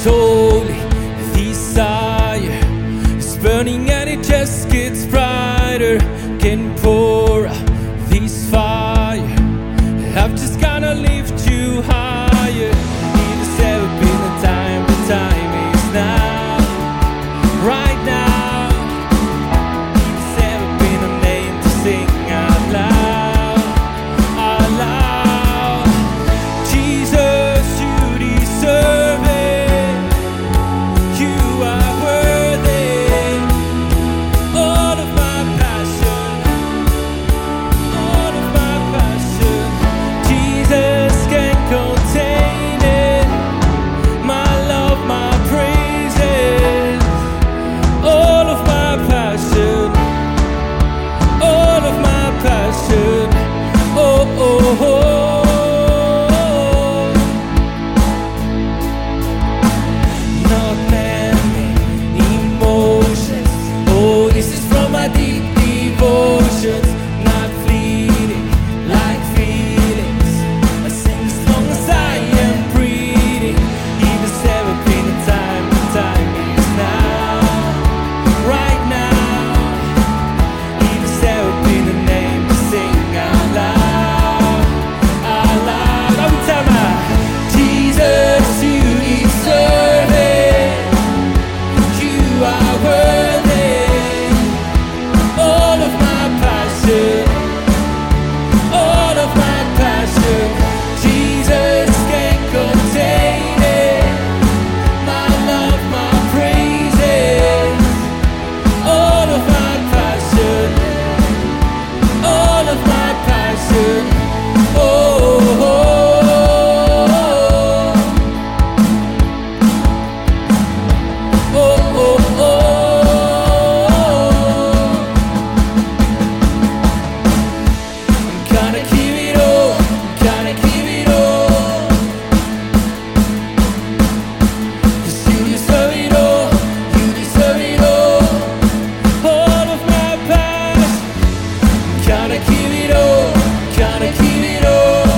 holy desire is burning and it just gets brighter, getting poorer. This fire, I've just gotta lift you higher. It has ever been the time is now, right now. It has ever been a name to sing out loud, out loud. Jesus, you deserve it. You are worthy. All of my passion, all of my passion. Jesus can't contain it. My love, my praises. All of my passion, all of my passion. Oh, oh, oh. Not man-made emotions. Oh, this is from my deep devotions. Not fleeting like feelings. I sing as long as I am breathing. Even ever been a time, the time is now, right now. Even ever been a name to sing out loud, out loud. Every time Jesus, you deserve it. You are worthy. All of my passion, all of my passion. Jesus can't contain it. My love, my praises. All of my passion, all of my passion. Oh, oh, oh, oh, oh. I'm gonna give it all, gonna give it all. 'Cause you deserve it all, you deserve it all. All of my passion, gonna give it all, gonna give it all.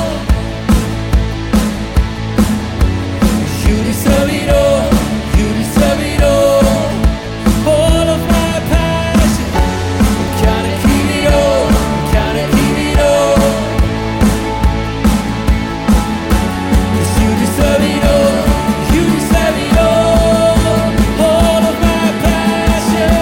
You deserve it all, you deserve it all. All of my passion, gonna give it all, gonna give it all. 'Cause you deserve it all, you deserve it all. All of my passion,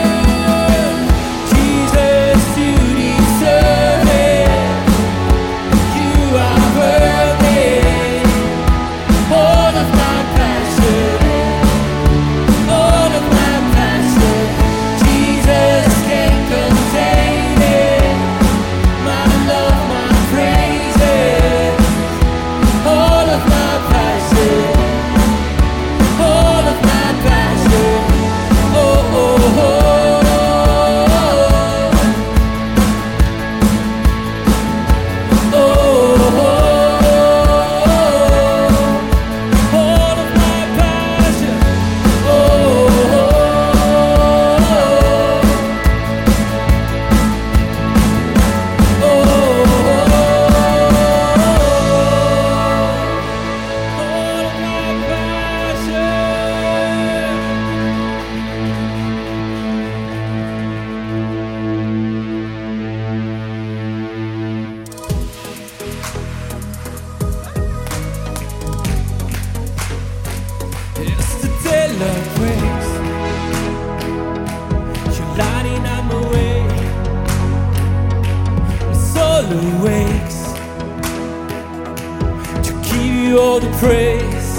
Jesus, you deserve it. You are worthy. All of my passion, all of my passion. Jesus can't contain it. My love, my praises. All of my passion, all of my passion. Oh, oh, oh. Oh, oh, oh. All of my passion. Oh, oh, oh. Oh, oh, oh. All of my passion. It's the daylight breaks. You're lighting up my way. My soul awakes to give you all the praise.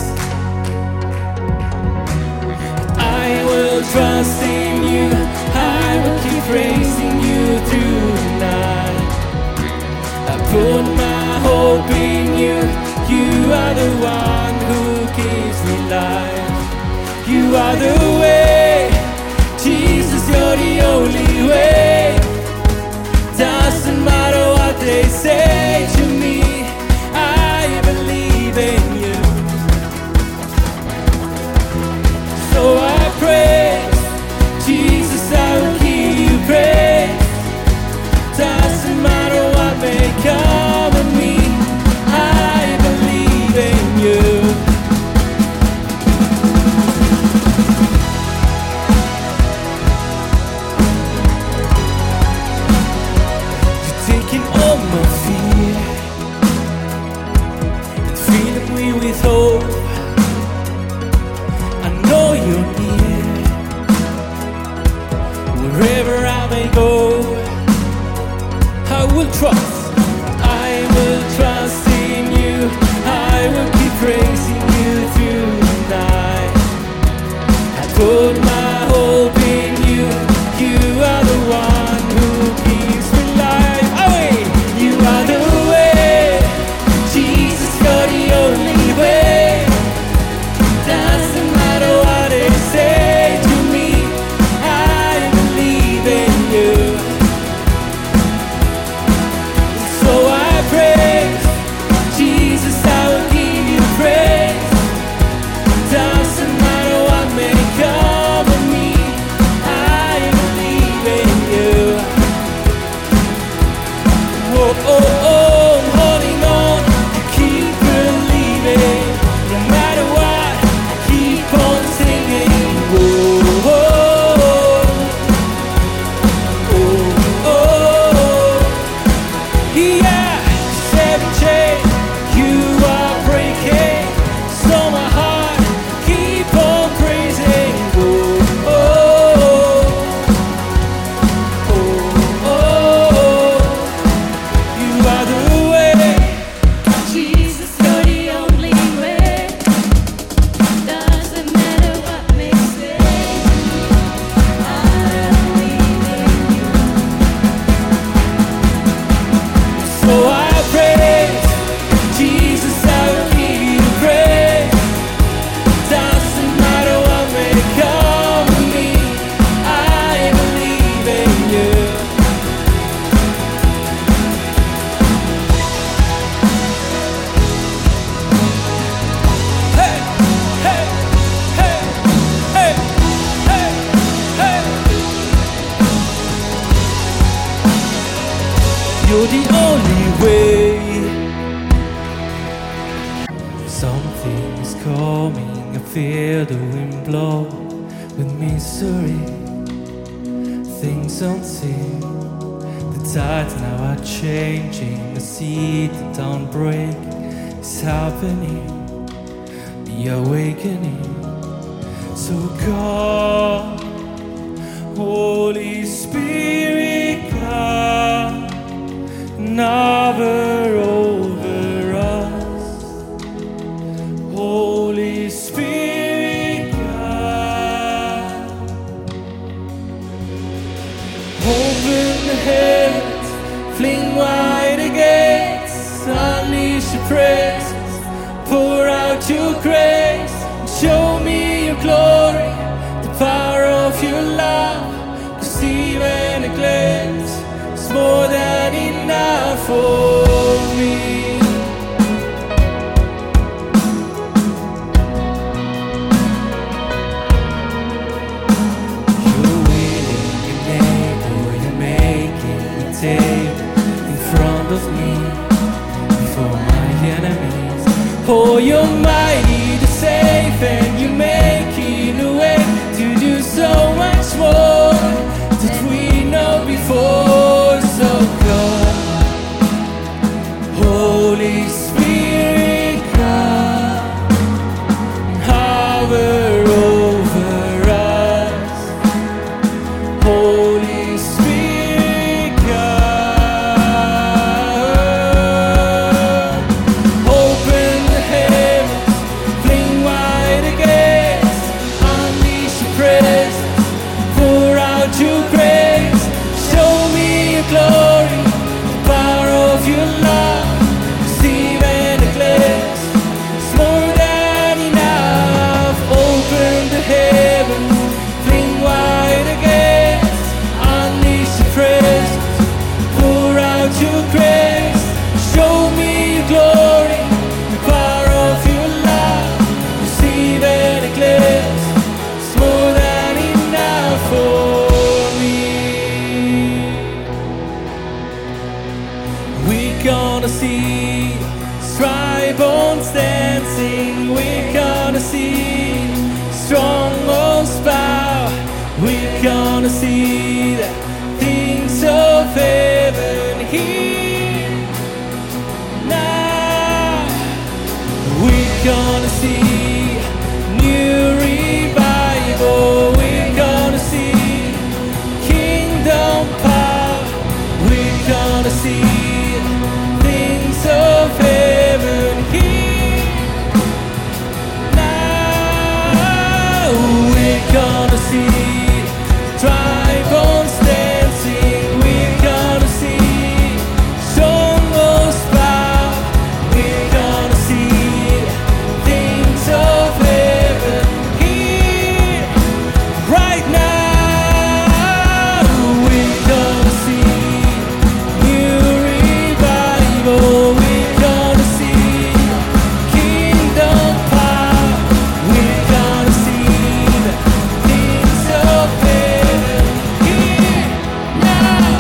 I will trust in you. I will keep praising you through the night. I put my hope in you. You are the one who gives me life. You are the way. Jesus, you're the only way. Doesn't matter what they say to me. I believe in you. with hope. I know you're near. Wherever I may go, I will trust. I will trust in you. I will keep praising you through the night. I put my hope in you. You are the one who gives me life. Away, you are the way. Jesus, you're the only way. Doesn't matter what they say to me. I believe in you. So I praise Jesus. I will give you praise. Doesn't matter what may come of me. I believe in you. Oh, oh, oh, I'm holding on. I keep believing. No matter what, I keep on singing. Oh, oh, oh, oh, yeah. 7 chains you are breaking, so my heart keep on praising. Oh, oh, oh, oh, you are the way. Jesus, you're the only way. Doesn't matter what may say. I believe in you. So I praise Jesus. I will give you praise. Doesn't matter what may come to me. I believe in you. Hey, hey, hey, hey, hey, hey. You're the only way. Something's coming. I feel the wind blow with misery. Things don't seem. The tides now are changing. I see the dawn break. It's happening. The awakening. So God, Holy Spirit, come and hover over us. Holy Spirit, come. Open the heavens, fling wide the gates, unleash your presence, pour out your grace, show me your glory, the power of your love. 'Cause even a glimpse is more than enough for me. You're willing and able, you're making a table in front of me before my enemies. Oh, you're mighty to save, and you're making a way to do so much more that we know before. So God, Holy Spirit, come and hover over us. Holy Spirit, come. Open the heavens, fling wide the gates, unleash your presence, pour out your grace, show me your glory, the power of your love. 'Cause even a glimpse is more than enough. Open the heavens, fling wide the gates, unleash your presence, pour out your grace, show me your glory, the power of your love. 'Cause even a glimpse is more than enough for me. We're gonna see dry bones dancing. We're gonna see strongholds bow. We're gonna see the things of heaven here now. We're gonna see new revival. We're gonna see kingdom power. We're gonna see things of heaven here. Now we're gonna see dry bones dancing. We're gonna see strongholds bow. We're gonna see things of heaven here right now. We're gonna see new revival. We're gonna see kingdom power. We're gonna see the things of heaven here now.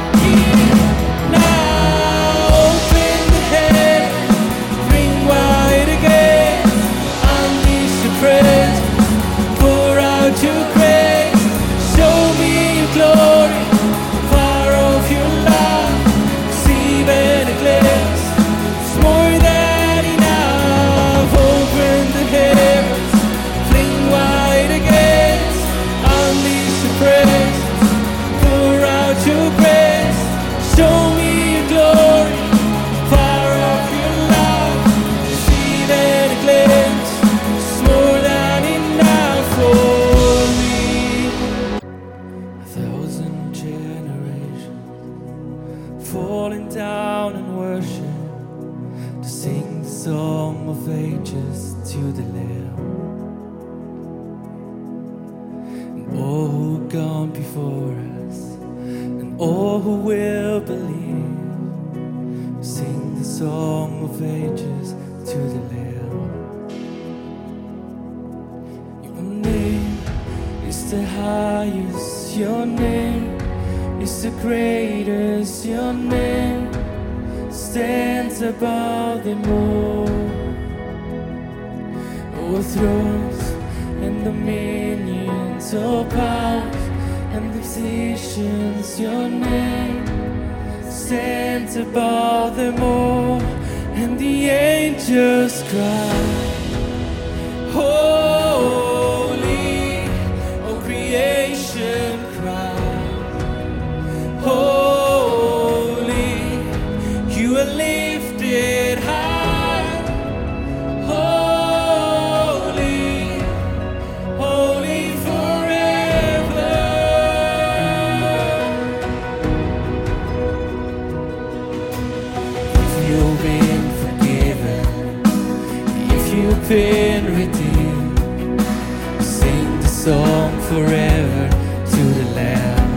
Open the heavens, bring wide again. Unleash your presence, pour out your grace. Show me your glory, fire of your love. Receive and a glimpse, it's more than enough. Open the heavens, fling wide again. Unleash your presence, pour out your grace. Show me your glory, fire of your love. Receive and a glimpse, it's more than enough for me. 1,000 generations falling down in worship to sing the song of ages to the Lamb. And all who gone before us, and all who will believe, sing the song of ages to the Lamb. Your name is the highest, your name is the greatest, your name stands above them all. All thrones and dominions, all powers and positions, your name stands above them all. And the angels cry, holy, all creation cries, holy, you are lifted high, holy, holy forever. If you've been forgiven, if you've been redeemed, sing the song forever to the Lamb.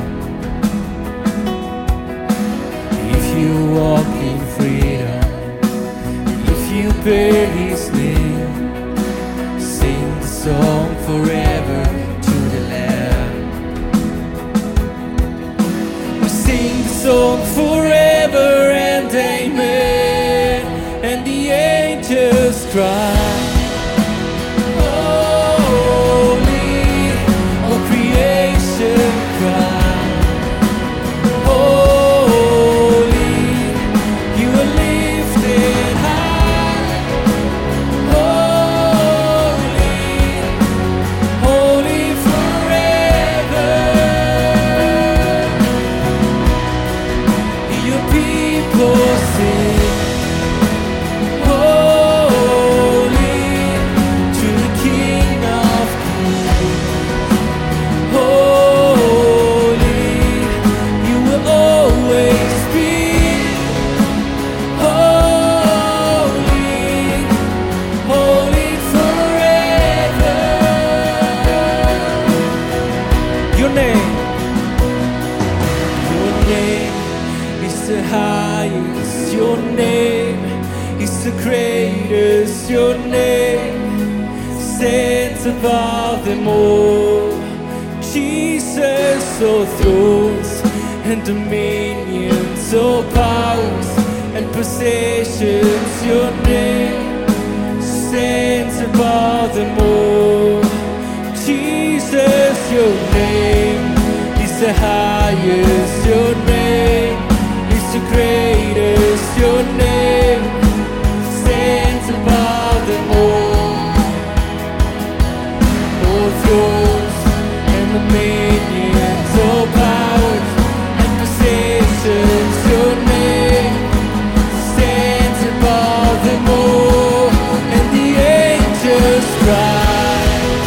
If you walk in freedom, if you bear His name, sing the song forever to the Lamb. We sing the song forever and amen, and the angels cry, holy, all creation cries, holy, you are lifted high, holy, holy forever. Your people sing, holy, to the King of Kings. Holy, you will always be. Holy, holy forever. Your name is the highest, your name is the greatest, your name stands above them all. Jesus, all thrones and dominions, all powers and possessions, your name stands above them all. Jesus, your name is the highest, your name is the greatest, your name stands above them all. All thrones and dominions, all powers and positions, your name stands above them all, and the angels cry,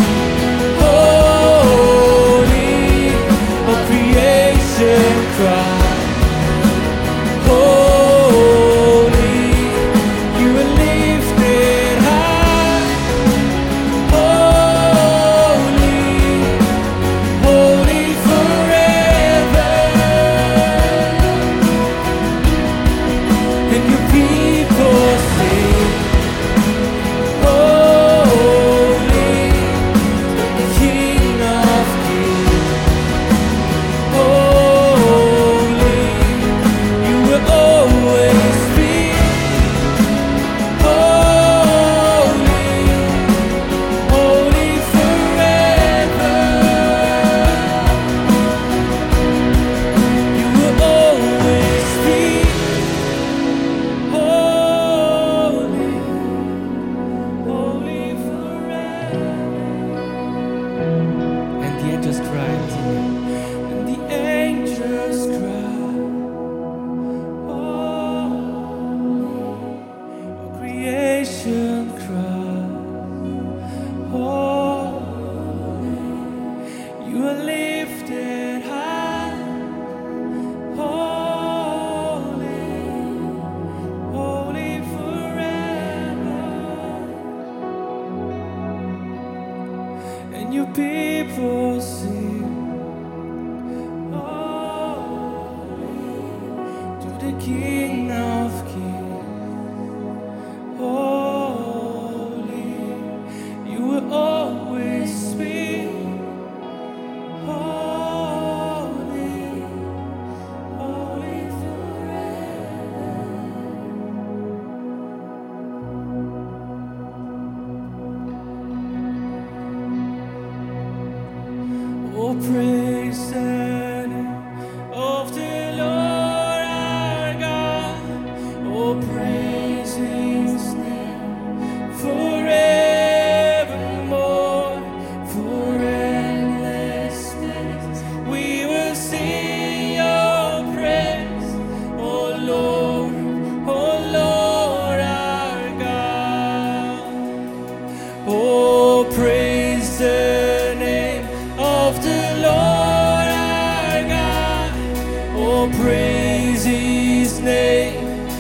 holy, all creation cry, holy, you are lifted high, holy, holy forever, and your people sing, holy, King of kings, holy, you will always be, holy, holy forever, you will always be, holy, holy forever. And the angels cried, and the angels cried, all creation cried, holy, you are lifted high, holy, holy forever, and your people sing, holy, to the King of kings, holy, you will always be, holy, holy forever. Oh, praise the name of the Lord our God. Oh, praise His name forevermore. For endless days we will sing your praise. Oh, Lord our God. Oh, praise the name of the Lord our God. Oh, praise His name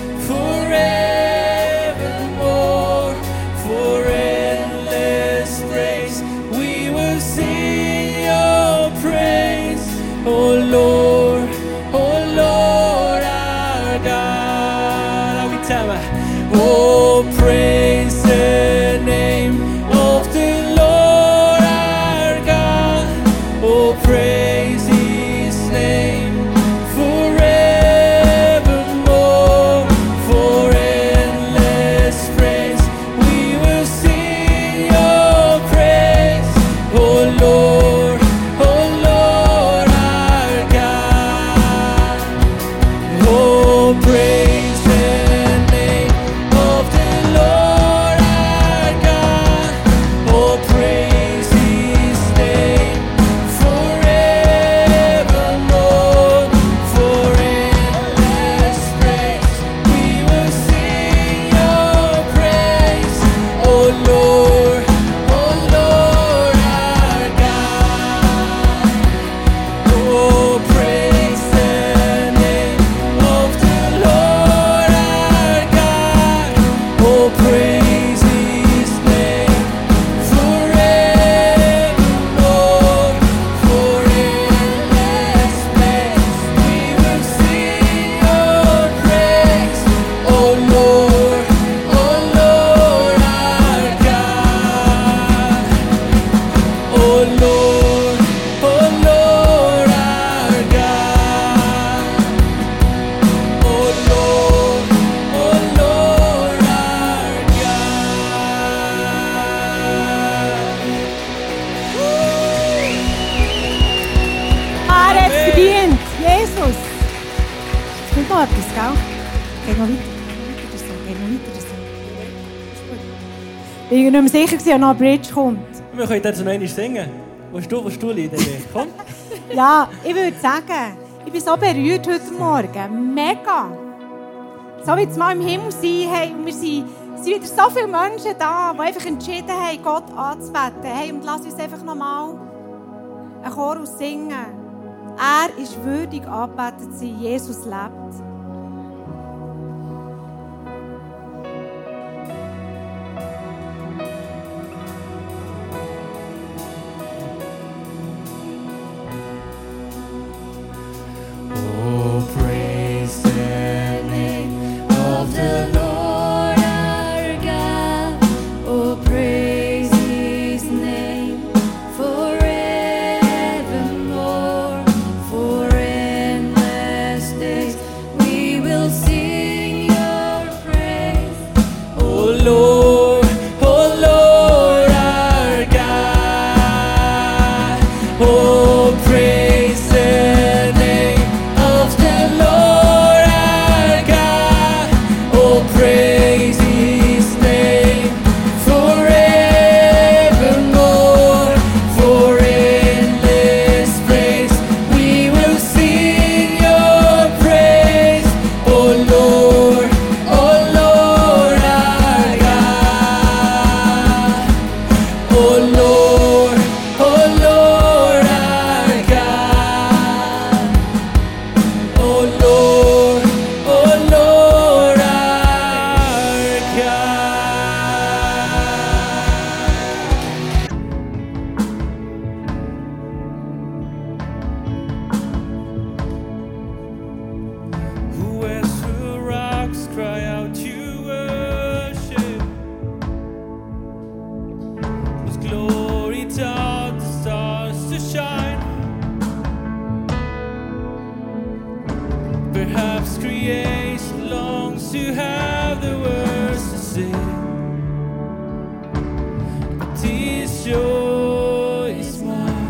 forevermore. For endless days we will sing your praise. Oh Lord our God. Every time. Oh, praise the name of the Lord our God. Oh, praise His name forevermore. For endless praise we will sing your praise. Oh Lord our God. Oh, praise the name of the Lord our God. Oh, praise His name forevermore. For endless praise we will sing your praise. Oh Lord our God. Oh, praise the name of the Lord our God. Oh, praise His name forevermore. For endless praise we will sing your praise. Oh Lord our God. Oh Lord our God. Oh Lord our God. Er hat es verdient, Jesus. Es kommt noch etwas, gell? Geh noch weiter. Geh noch weiter. Ist gut. bin ich nicht mehr sicher, ob noch ein Bridge kommt. Wir können jetzt noch einmal singen. Willst du leiden? Komm. Ja, ich würde sagen, ich bin so berührt heute Morgen. Mega. So wie es mal im Himmel sein, hey, und es sind wieder so viele Menschen da, die einfach entschieden haben, Gott anzubeten. Hey, und lass uns einfach nochmal einen Chorus singen. Er ist würdig angebetet zu sein. Jesus lebt. Oh, praise the name of the Lord our God, oh praise His name forevermore. For endless days we will sing Your praise. Oh Lord, our God. Oh, praise the name of the Lord our God. Oh, praise His name forevermore. For endless praise we will sing Your praise. Oh Lord, our God. Oh Lord, our God. Oh Lord, our God. Who else will rocks cry out to worship? Whose glory taught the stars to shine? Perhaps creation longs to have the words to say, but His joy is mine.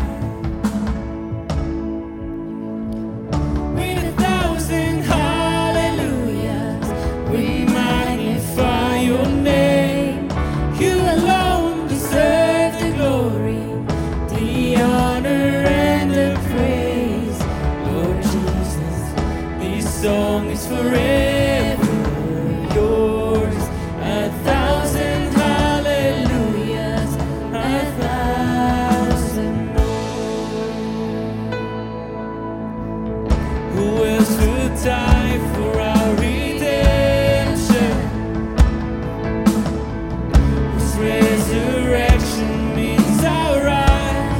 With 1,000 hallelujahs, we magnify Your name. You alone deserve the glory, the honor, and the praise. Lord Jesus, this song is forever Yours. 1,000 hallelujahs, 1,000 more. Who else would die for our redemption? Whose resurrection means our rise?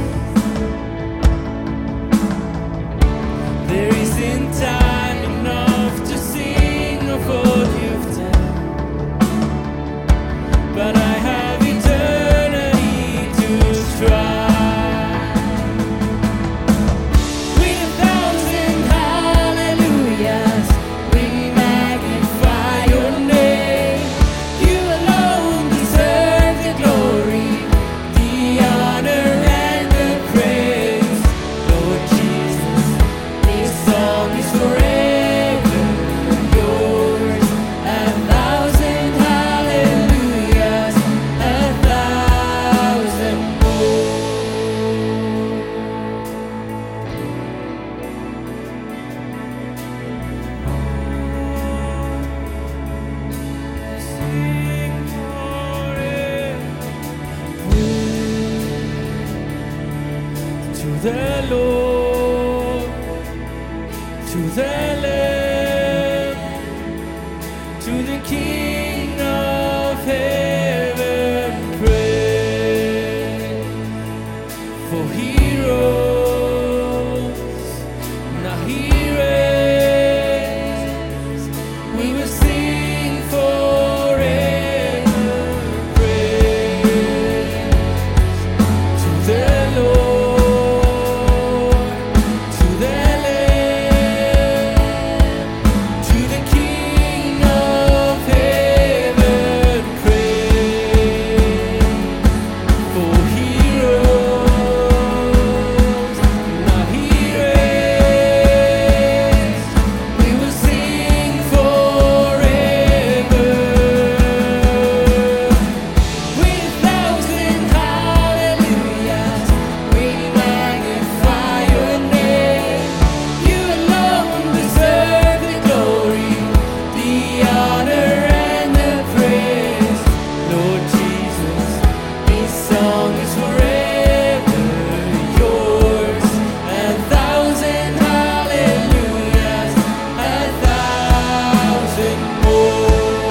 There isn't time enough to sing of all You've done, but I have eternity to try. With 1,000 hallelujahs, we magnify Your name. You alone deserve the glory, the honor, and the praise. Lord Jesus, this song is forever Yours. 1,000 hallelujahs, 1,000 more. Sing forever to the Lord, to the Lamb, to the King of heaven, praise. For He rose, now He reigns. We will sing forever, praise to the Lord, to the Lamb, song is forever yours. 1,000 hallelujahs, 1,000 more.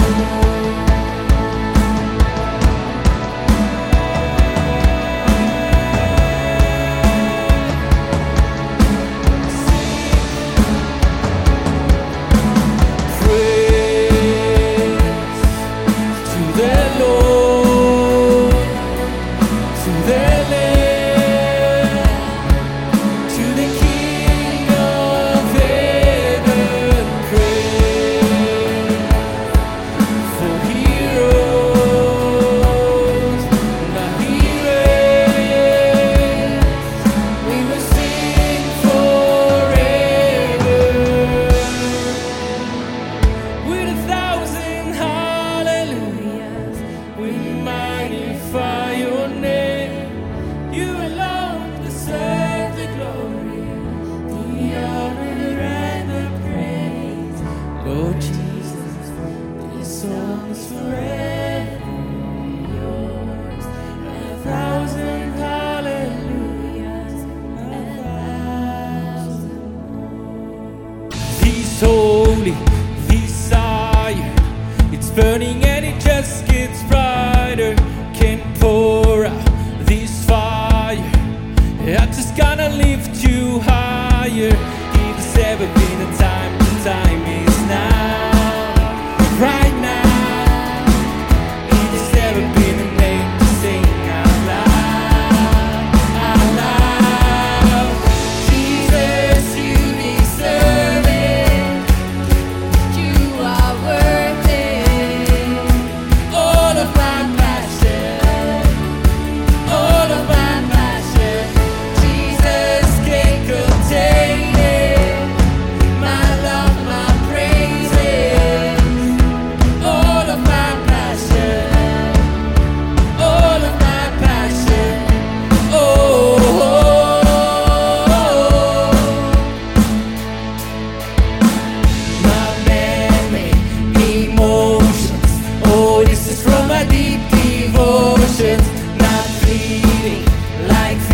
Praise to the Lord, to the Lamb, to the King of heaven. Praise, for He rose, now He reigns. We will sing forever. With 1,000 hallelujahs, we magnify your name. You alone deserve the glory, the honor and the praise. Lord Jesus, this song is forever yours. 1,000 hallelujahs, 1,000. He's holy, desire. It's burning and it just gets brighter. Can't pour out this fire. I just gotta lift you higher. If there's ever been a time, the time is now. Right now. If there's ever been a name to sing out loud, out loud. Jesus, you deserve it. You are worth it. All of my passion, all of my passion. Jesus can't contain it. My love, my praises. All of my passion, all of my passion. Oh, my man-made emotions. Oh, this is from my deep devotions. Not fleeting like